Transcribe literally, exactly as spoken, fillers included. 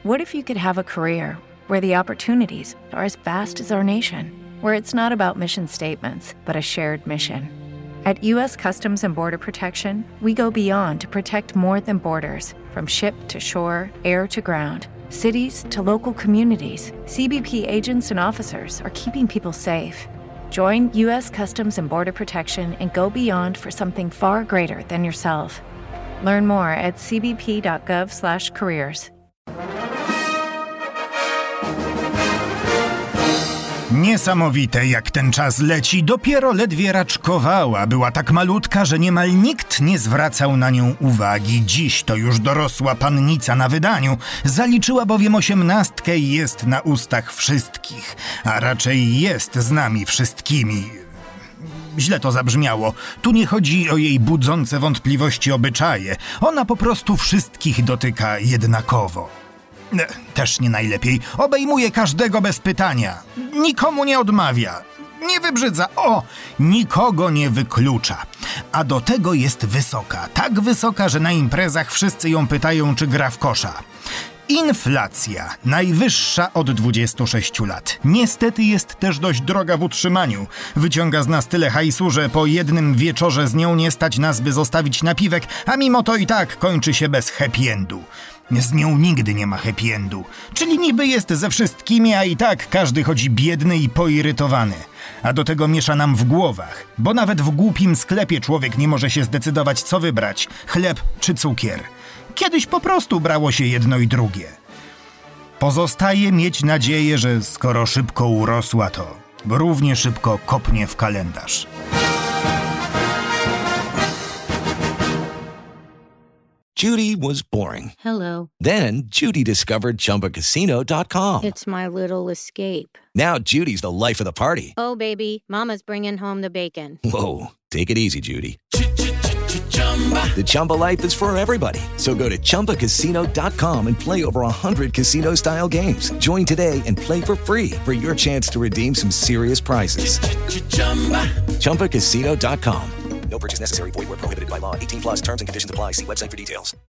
What if you could have a career where the opportunities are as vast as our nation, where it's not about mission statements, but a shared mission? At U S Customs and Border Protection, we go beyond to protect more than borders. From ship to shore, air to ground, cities to local communities, C B P agents and officers are keeping people safe. Join U S Customs and Border Protection and go beyond for something far greater than yourself. Learn more at c b p dot gov slash careers. Niesamowite, jak ten czas leci. Dopiero ledwie raczkowała. Była tak malutka, że niemal nikt nie zwracał na nią uwagi. Dziś to już dorosła pannica na wydaniu. Zaliczyła bowiem osiemnastkę i jest na ustach wszystkich. A raczej jest z nami wszystkimi. Źle to zabrzmiało. Tu nie chodzi o jej budzące wątpliwości obyczaje. Ona po prostu wszystkich dotyka jednakowo. Też nie najlepiej. Obejmuje każdego bez pytania. Nikomu nie odmawia. Nie wybrzydza. O! Nikogo nie wyklucza. A do tego jest wysoka. Tak wysoka, że na imprezach wszyscy ją pytają, czy gra w kosza. Inflacja. Najwyższa od dwudziestu sześciu lat. Niestety jest też dość droga w utrzymaniu. Wyciąga z nas tyle hajsu, że po jednym wieczorze z nią nie stać nas, by zostawić napiwek, a mimo to i tak kończy się bez happy endu. Z nią nigdy nie ma happy endu. Czyli niby jest ze wszystkimi, a i tak każdy chodzi biedny i poirytowany. A do tego miesza nam w głowach, bo nawet w głupim sklepie człowiek nie może się zdecydować, co wybrać, chleb czy cukier. Kiedyś po prostu brało się jedno i drugie. Pozostaje mieć nadzieję, że skoro szybko urosła, to równie szybko kopnie w kalendarz. Judy was boring. Hello. Then Judy discovered Chumba Casino dot com. It's my little escape. Now Judy's the life of the party. Oh, baby, mama's bringing home the bacon. Whoa, take it easy, Judy. The Chumba life is for everybody. So go to Chumba Casino dot com and play over one hundred casino-style games. Join today and play for free for your chance to redeem some serious prizes. Chumba Casino dot com. No purchase necessary. Void where prohibited by law. eighteen plus terms and conditions apply. See website for details.